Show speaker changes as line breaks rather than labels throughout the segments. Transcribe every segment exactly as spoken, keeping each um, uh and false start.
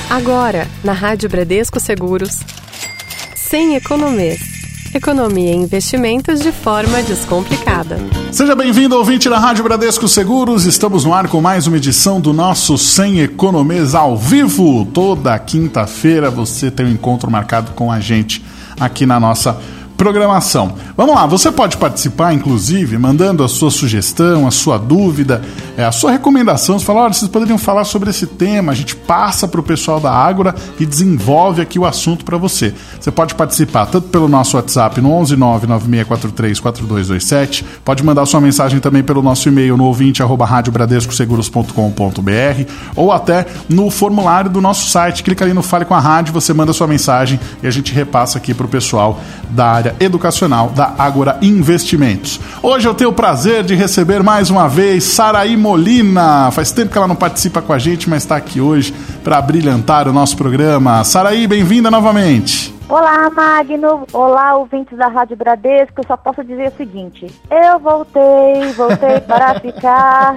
Agora, na Rádio Bradesco Seguros, Sem Economês. Economia e investimentos de forma descomplicada.
Seja bem-vindo, ouvinte da Rádio Bradesco Seguros. Estamos no ar com mais uma edição do nosso Sem Economês ao vivo. Toda quinta-feira você tem um encontro marcado com a gente aqui na nossa programação. Vamos lá, você pode participar, inclusive, mandando a sua sugestão, a sua dúvida, é, a sua recomendação. Você fala, olha, vocês poderiam falar sobre esse tema, a gente passa para o pessoal da Ágora e desenvolve aqui o assunto para você. Você pode participar tanto pelo nosso WhatsApp no onze nove nove seis quatro três quatro dois dois sete, pode mandar sua mensagem também pelo nosso e-mail no ouvinte arroba rádio bradesco seguros ponto com ponto b r ou até no formulário do nosso site. Clica ali no Fale com a Rádio, você manda sua mensagem e a gente repassa aqui para o pessoal da área educacional da Ágora Investimentos. Hoje eu tenho o prazer de receber mais uma vez Saraí Molina. Faz tempo que ela não participa com a gente, mas está aqui hoje para brilhantar o nosso programa. Saraí, bem-vinda novamente.
Olá, Magno. Olá, ouvintes da Rádio Bradesco. Eu só posso dizer o seguinte: eu voltei, voltei para ficar.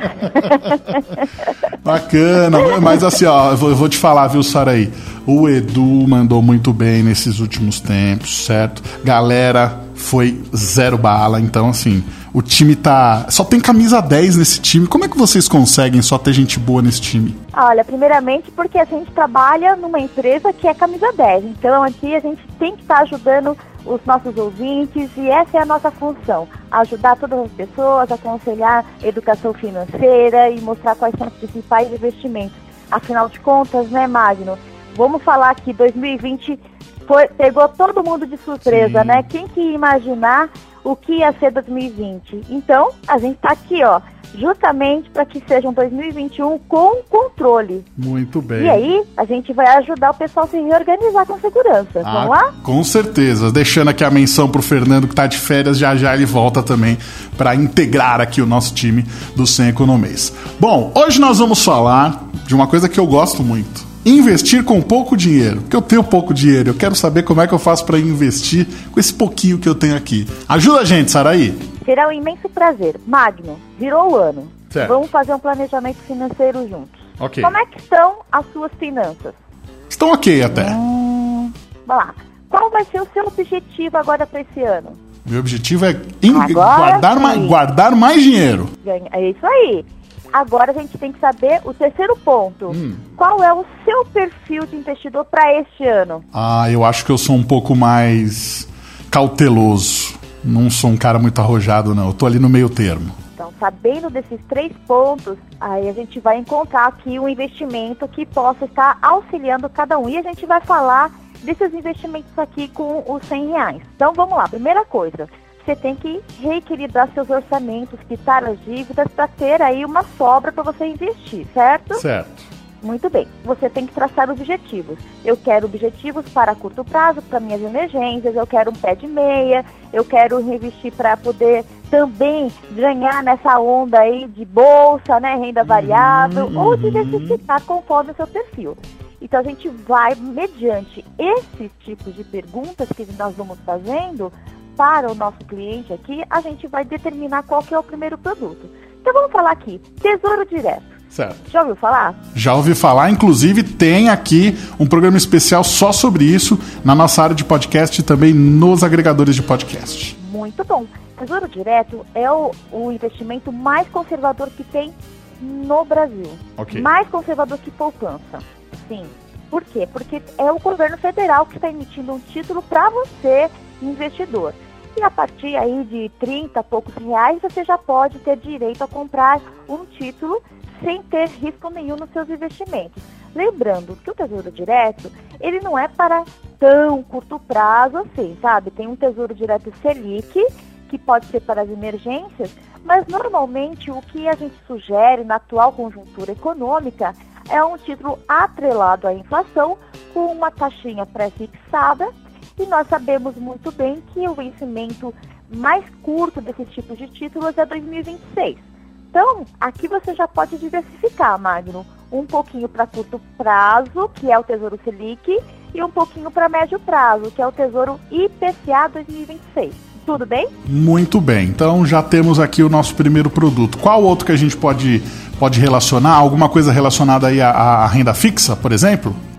Bacana, mas assim, ó, eu vou, eu vou te falar, viu, Saraí? O Edu mandou muito bem nesses últimos tempos, certo? Galera, foi zero bala, então assim, o time tá... Só tem camisa dez nesse time. Como é que vocês conseguem só ter gente boa nesse time?
Olha, primeiramente porque a gente trabalha numa empresa que é camisa dez. Então aqui a gente tem que estar ajudando os nossos ouvintes e essa é a nossa função. Ajudar todas as pessoas, aconselhar educação financeira e mostrar quais são os principais investimentos. Afinal de contas, né, Magno? Vamos falar que dois mil e vinte foi, pegou todo mundo de surpresa, Sim. né? Quem que ia imaginar o que ia ser dois mil e vinte? Então, a gente está aqui, ó, justamente para que seja um dois mil e vinte e um com controle.
Muito bem.
E aí, a gente vai ajudar o pessoal a se reorganizar com segurança.
Ah,
Vamos lá?
Com certeza. Deixando aqui a menção pro Fernando, que tá de férias, já já ele volta também para integrar aqui o nosso time do Sem Economês. Bom, hoje nós vamos falar de uma coisa que eu gosto muito. Investir com pouco dinheiro, porque eu tenho pouco dinheiro, eu quero saber como é que eu faço para investir com esse pouquinho que eu tenho aqui. Ajuda a gente, Saraí.
Será um imenso prazer. Magno, virou o ano.
Certo.
Vamos fazer um planejamento financeiro juntos.
Ok.
Como é que estão as suas finanças?
Estão ok até.
Hum, vamos lá. Qual vai ser o seu objetivo agora para esse ano?
Meu objetivo é in-
Agora
guardar,
sim.
mais, guardar mais dinheiro.
Ganha- É isso aí. Agora a gente tem que saber o terceiro ponto.
Hum.
Qual é o seu perfil de investidor para este ano?
Ah, eu acho que eu sou um pouco mais cauteloso. Não sou um cara muito arrojado, não. Eu tô ali no meio termo.
Então, sabendo desses três pontos, aí a gente vai encontrar aqui um investimento que possa estar auxiliando cada um. E a gente vai falar desses investimentos aqui com os cem reais. Então, vamos lá. Primeira coisa, você tem que reequilibrar seus orçamentos, quitar as dívidas para ter aí uma sobra para você investir, certo?
Certo.
Muito bem. Você tem que traçar objetivos. Eu quero objetivos para curto prazo, para minhas emergências, eu quero um pé de meia, eu quero reinvestir para poder também ganhar nessa onda aí de bolsa, né, renda variável,
Uhum.
ou diversificar conforme o seu perfil. Então a gente vai, mediante esses tipos de perguntas que nós vamos fazendo para o nosso cliente aqui, a gente vai determinar qual que é o primeiro produto. Então vamos falar aqui, Tesouro Direto.
Certo.
Já ouviu falar?
Já ouvi falar, inclusive tem aqui um programa especial só sobre isso na nossa área de podcast e também nos agregadores de podcast.
Muito bom. Tesouro Direto é o, o investimento mais conservador que tem no Brasil.
Ok.
Mais conservador que poupança. Sim. Por quê? Porque é o governo federal que está emitindo um título para você, investidor. E a partir aí de trinta e poucos reais, você já pode ter direito a comprar um título sem ter risco nenhum nos seus investimentos. Lembrando que o Tesouro Direto, ele não é para tão curto prazo assim, sabe? Tem um Tesouro Direto Selic, que pode ser para as emergências, mas normalmente o que a gente sugere na atual conjuntura econômica é um título atrelado à inflação, com uma taxinha pré-fixada, e nós sabemos muito bem que o vencimento mais curto desses tipos de títulos é dois mil e vinte e seis. Então, aqui você já pode diversificar, Magno. Um pouquinho para curto prazo, que é o Tesouro Selic, e um pouquinho para médio prazo, que é o Tesouro I P C A dois mil e vinte e seis. Tudo bem?
Muito bem. Então já temos aqui o nosso primeiro produto. Qual outro que a gente pode, pode relacionar? Alguma coisa relacionada aí à, à renda fixa, por exemplo?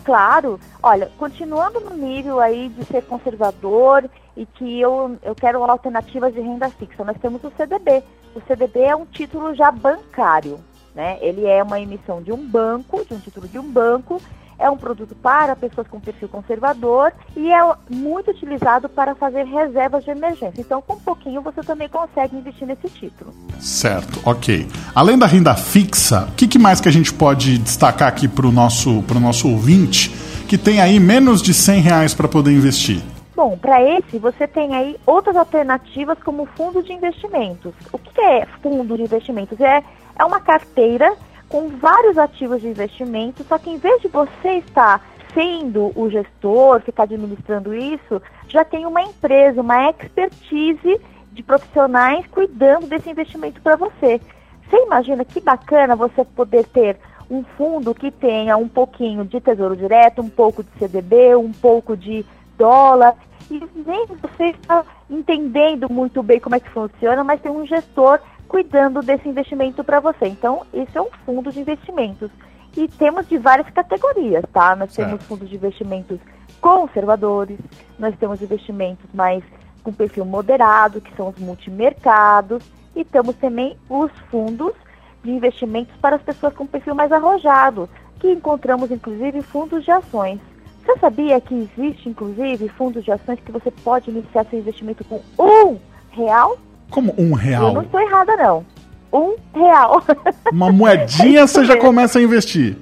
Claro, olha, continuando no nível aí de ser conservador e que eu, eu quero alternativas de renda fixa, nós temos o C D B. O C D B é um título já bancário, né? Ele é uma emissão de um banco, de um título de um banco, é um produto para pessoas com perfil conservador e é muito utilizado para fazer reservas de emergência. Então, com um pouquinho, você também consegue investir nesse título.
Certo, ok. Além da renda fixa, o que, que mais que a gente pode destacar aqui para o nosso, pro nosso ouvinte que tem aí menos de cem reais para poder investir?
Bom, para esse, você tem aí outras alternativas como fundo de investimentos. O que é fundo de investimentos? É, é uma carteira com vários ativos de investimento, só que em vez de você estar sendo o gestor, ficar administrando isso, já tem uma empresa, uma expertise de profissionais cuidando desse investimento para você. Você imagina que bacana você poder ter um fundo que tenha um pouquinho de tesouro direto, um pouco de C D B, um pouco de dólar, e nem você está entendendo muito bem como é que funciona, mas tem um gestor cuidando desse investimento para você. Então, esse é um fundo de investimentos. E temos de várias categorias, tá? Nós certo. Temos fundos de investimentos conservadores, nós temos investimentos mais com perfil moderado, que são os multimercados, e temos também os fundos de investimentos para as pessoas com perfil mais arrojado, que encontramos, inclusive, fundos de ações. Você sabia que existe, inclusive, fundos de ações que você pode iniciar seu investimento com um real?
Como um real?
Eu não estou errada, não. Um real.
Uma moedinha é você já começa a investir.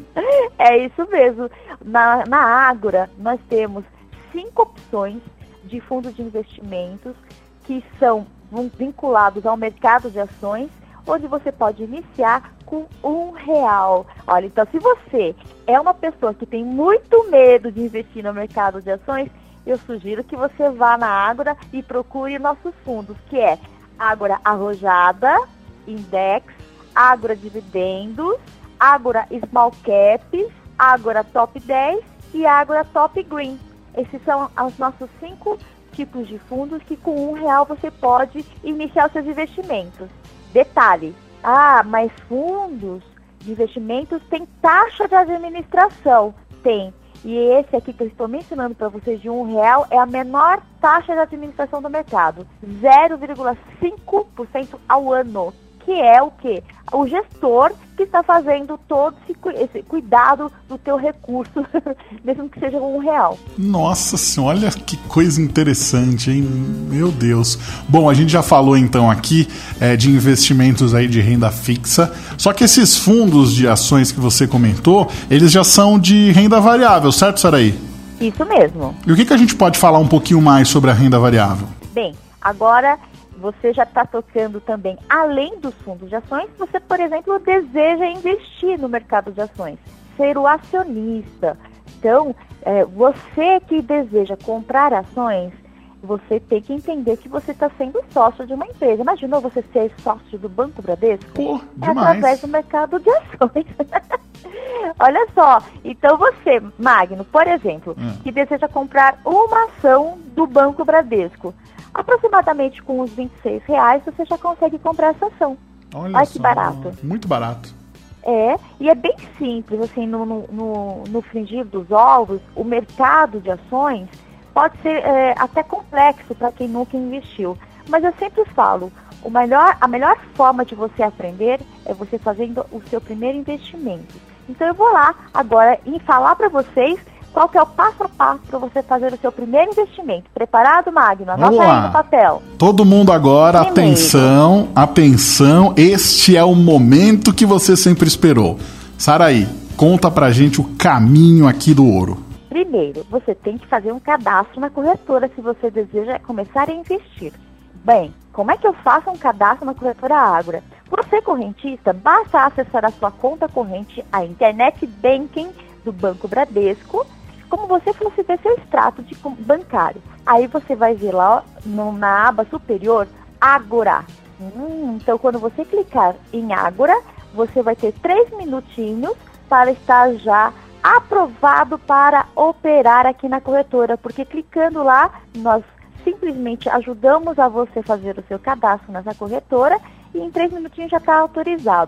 É isso mesmo. Na, na Ágora, nós temos cinco opções de fundos de investimentos que são vinculados ao mercado de ações, onde você pode iniciar com um real. Olha, então se você é uma pessoa que tem muito medo de investir no mercado de ações, eu sugiro que você vá na Ágora e procure nossos fundos, que é Ágora Arrojada, Index, Ágora Dividendos, Ágora Small Caps, Ágora Top dez e Ágora Top Green. Esses são os nossos cinco tipos de fundos que com um real você pode iniciar os seus investimentos. Detalhe, ah, mas fundos de investimentos tem taxa de administração? Tem. E esse aqui que eu estou mencionando para vocês de um real é a menor taxa de administração do mercado, zero vírgula cinco por cento ao ano, que é o quê? O gestor que está fazendo todo esse, esse cuidado do teu recurso, mesmo que seja um real.
Nossa senhora, olha que coisa interessante, hein? Meu Deus. Bom, a gente já falou então aqui é, de investimentos aí de renda fixa, só que esses fundos de ações que você comentou, eles já são de renda variável, certo, Saraí?
Isso mesmo.
E o que, que a gente pode falar um pouquinho mais sobre a renda variável?
Bem, agora você já está tocando também, além dos fundos de ações, você, por exemplo, deseja investir no mercado de ações, ser o acionista. Então, é, você que deseja comprar ações, você tem que entender que você está sendo sócio de uma empresa. Imaginou você ser sócio do Banco Bradesco?
Pô,
é
demais.
através do mercado de ações. Olha só, então você, Magno, por exemplo, hum. que deseja comprar uma ação do Banco Bradesco, aproximadamente com uns vinte e seis reais você já consegue comprar essa ação.
Olha,
Olha
só,
que barato.
Muito barato.
É, e é bem simples, assim, no, no, no fringir dos ovos, o mercado de ações pode ser é, até complexo para quem nunca investiu. Mas eu sempre falo, o melhor, a melhor forma de você aprender é você fazendo o seu primeiro investimento. Então eu vou lá agora em falar para vocês qual que é o passo a passo para você fazer o seu primeiro investimento. Preparado, Magno? Anota aí no papel.
Todo mundo agora,
Primeiro.
atenção, atenção, este é o momento que você sempre esperou. Saraí, conta pra gente o caminho aqui do ouro.
Primeiro, você tem que fazer um cadastro na corretora se você deseja começar a investir. Bem, como é que eu faço um cadastro na corretora Ágora? Você, correntista, basta acessar a sua conta corrente, a Internet Banking do Banco Bradesco, como você fosse ver seu extrato de bancário. Aí você vai ver lá no, na aba superior, Ágora. Hum, então, quando você clicar em Ágora, você vai ter três minutinhos para estar já aprovado para operar aqui na corretora, porque clicando lá, nós simplesmente ajudamos a você fazer o seu cadastro nessa corretora e em três minutinhos já está autorizado.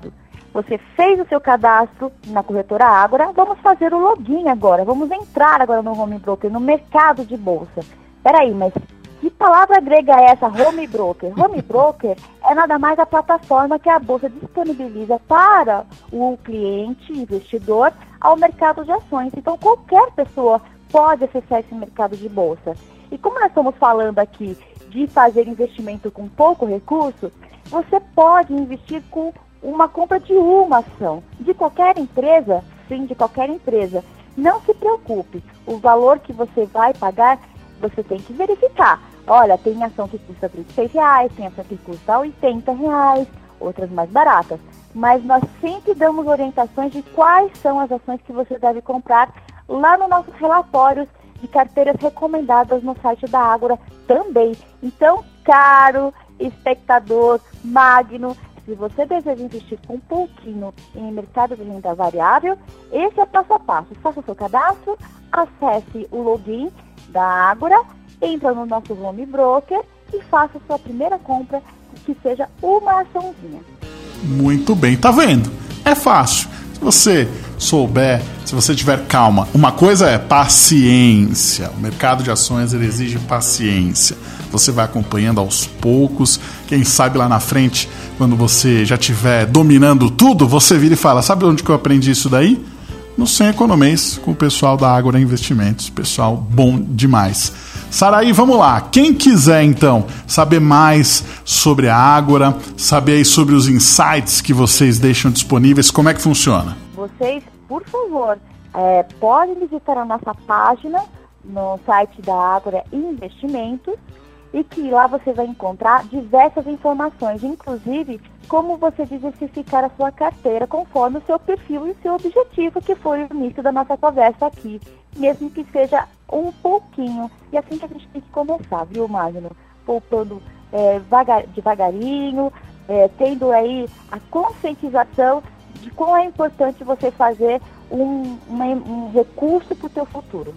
Você fez o seu cadastro na corretora Ágora, vamos fazer o login agora, vamos entrar agora no home broker, no mercado de bolsa. Peraí, mas que palavra grega é essa, home broker? Home broker é nada mais a plataforma que a bolsa disponibiliza para o cliente, investidor, ao mercado de ações. Então qualquer pessoa pode acessar esse mercado de bolsa. E como nós estamos falando aqui de fazer investimento com pouco recurso, você pode investir com uma compra de uma ação, de qualquer empresa, sim, de qualquer empresa. Não se preocupe, o valor que você vai pagar, você tem que verificar. Olha, tem ação que custa trinta e seis reais, tem ação que custa oitenta reais, outras mais baratas. Mas nós sempre damos orientações de quais são as ações que você deve comprar lá nos nossos relatórios de carteiras recomendadas no site da Ágora também. Então, caro espectador, Magno, se você deseja investir com um pouquinho em mercado de renda variável, esse é o passo a passo. Faça o seu cadastro, acesse o login da Ágora, entra no nosso home broker e faça a sua primeira compra, que seja uma açãozinha.
Muito bem, tá vendo? É fácil. Se você souber, se você tiver calma. Uma coisa é paciência. O mercado de ações ele exige paciência. Você vai acompanhando aos poucos. Quem sabe lá na frente, quando você já estiver dominando tudo, você vira e fala: sabe onde que eu aprendi isso daí? No Sem Economês, com o pessoal da Ágora Investimentos. Pessoal bom demais. Saraí, vamos lá. Quem quiser, então, saber mais sobre a Ágora, saber aí sobre os insights que vocês deixam disponíveis, como é que funciona?
Vocês, por favor, é, podem visitar a nossa página no site da Ágora Investimentos e que lá você vai encontrar diversas informações, inclusive como você diversificar a sua carteira conforme o seu perfil e o seu objetivo, que foi o início da nossa conversa aqui, mesmo que seja um pouquinho. E assim que a gente tem que começar, viu, Magno? Poupando é, vagar, devagarinho, é, tendo aí a conscientização de quão é importante você fazer um, uma, um recurso para o seu futuro.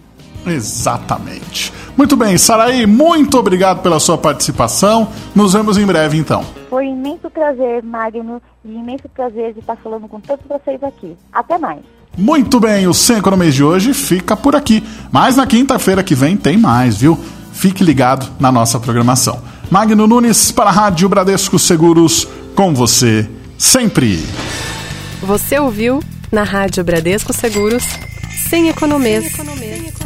Exatamente. Muito bem, Saraí, muito obrigado pela sua participação. Nos vemos em breve, então.
Foi um imenso prazer, Magno, e imenso prazer de estar falando com todos vocês aqui. Até mais.
Muito bem, o Sem Economês de hoje fica por aqui. Mas na quinta-feira que vem tem mais, viu? Fique ligado na nossa programação. Magno Nunes para a Rádio Bradesco Seguros, com você sempre.
Você ouviu na Rádio Bradesco Seguros, Sem Economês. Sem Economês.